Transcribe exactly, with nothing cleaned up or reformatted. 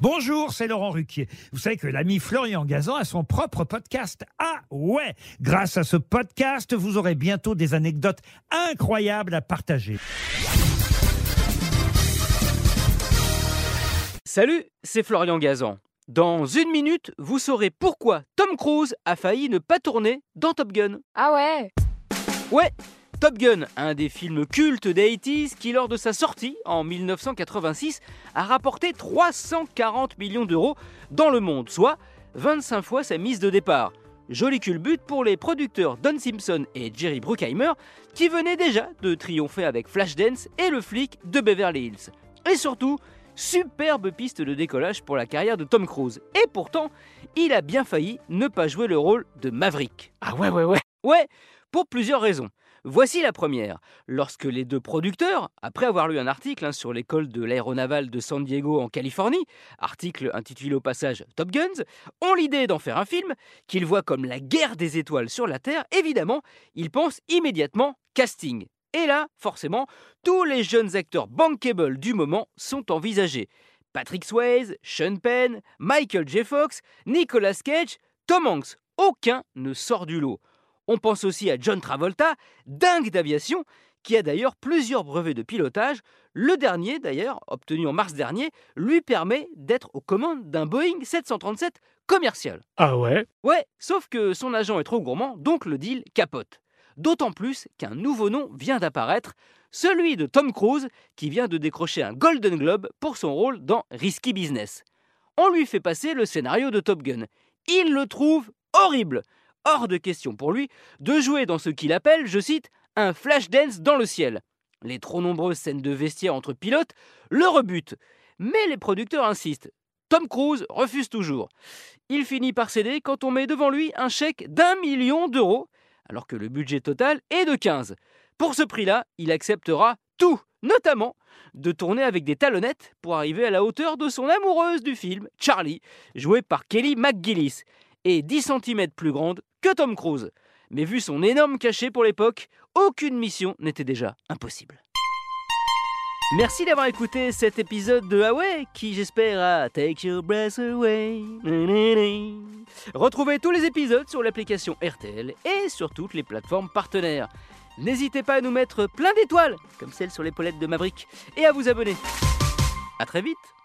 Bonjour, c'est Laurent Ruquier. Vous savez que l'ami Florian Gazan a son propre podcast. Ah ouais! Grâce à ce podcast, vous aurez bientôt des anecdotes incroyables à partager. Salut, c'est Florian Gazan. Dans une minute, vous saurez pourquoi Tom Cruise a failli ne pas tourner dans Top Gun. Ah ouais? Ouais, Top Gun, un des films cultes des quatre-vingt-dix qui, lors de sa sortie en mille neuf cent quatre-vingt-six, a rapporté trois cent quarante millions d'euros dans le monde, soit vingt-cinq fois sa mise de départ. Joli culbute pour les producteurs Don Simpson et Jerry Bruckheimer qui venaient déjà de triompher avec Flashdance et Le Flic de Beverly Hills. Et surtout, superbe piste de décollage pour la carrière de Tom Cruise. Et pourtant, il a bien failli ne pas jouer le rôle de Maverick. Ah ouais, ouais, ouais. Ouais, pour plusieurs raisons. Voici la première. Lorsque les deux producteurs, après avoir lu un article hein, sur l'école de l'aéronavale de San Diego en Californie, article intitulé au passage Top Guns, ont l'idée d'en faire un film qu'ils voient comme la guerre des étoiles sur la Terre, évidemment, ils pensent immédiatement casting. Et là, forcément, tous les jeunes acteurs bankable du moment sont envisagés. Patrick Swayze, Sean Penn, Michael J. Fox, Nicolas Cage, Tom Hanks, aucun ne sort du lot. On pense aussi à John Travolta, dingue d'aviation, qui a d'ailleurs plusieurs brevets de pilotage. Le dernier, d'ailleurs, obtenu en mars dernier, lui permet d'être aux commandes d'un Boeing sept cent trente-sept commercial. Ah ouais? Ouais, sauf que son agent est trop gourmand, donc le deal capote. D'autant plus qu'un nouveau nom vient d'apparaître, celui de Tom Cruise, qui vient de décrocher un Golden Globe pour son rôle dans Risky Business. On lui fait passer le scénario de Top Gun. Il le trouve horrible. Hors de question pour lui de jouer dans ce qu'il appelle, je cite, un Flashdance dans le ciel. Les trop nombreuses scènes de vestiaire entre pilotes le rebutent. Mais les producteurs insistent. Tom Cruise refuse toujours. Il finit par céder quand on met devant lui un chèque d'un million d'euros, alors que le budget total est de quinze. Pour ce prix-là, il acceptera tout, notamment de tourner avec des talonnettes pour arriver à la hauteur de son amoureuse du film, Charlie, jouée par Kelly McGillis, et dix centimètres plus grande que Tom Cruise. Mais vu son énorme cachet pour l'époque, aucune mission n'était déjà impossible. Merci d'avoir écouté cet épisode de Ah ouais, qui j'espère a Take Your Breath Away. Retrouvez tous les épisodes sur l'application R T L et sur toutes les plateformes partenaires. N'hésitez pas à nous mettre plein d'étoiles, comme celle sur l'épaulette de Maverick, et à vous abonner. À très vite.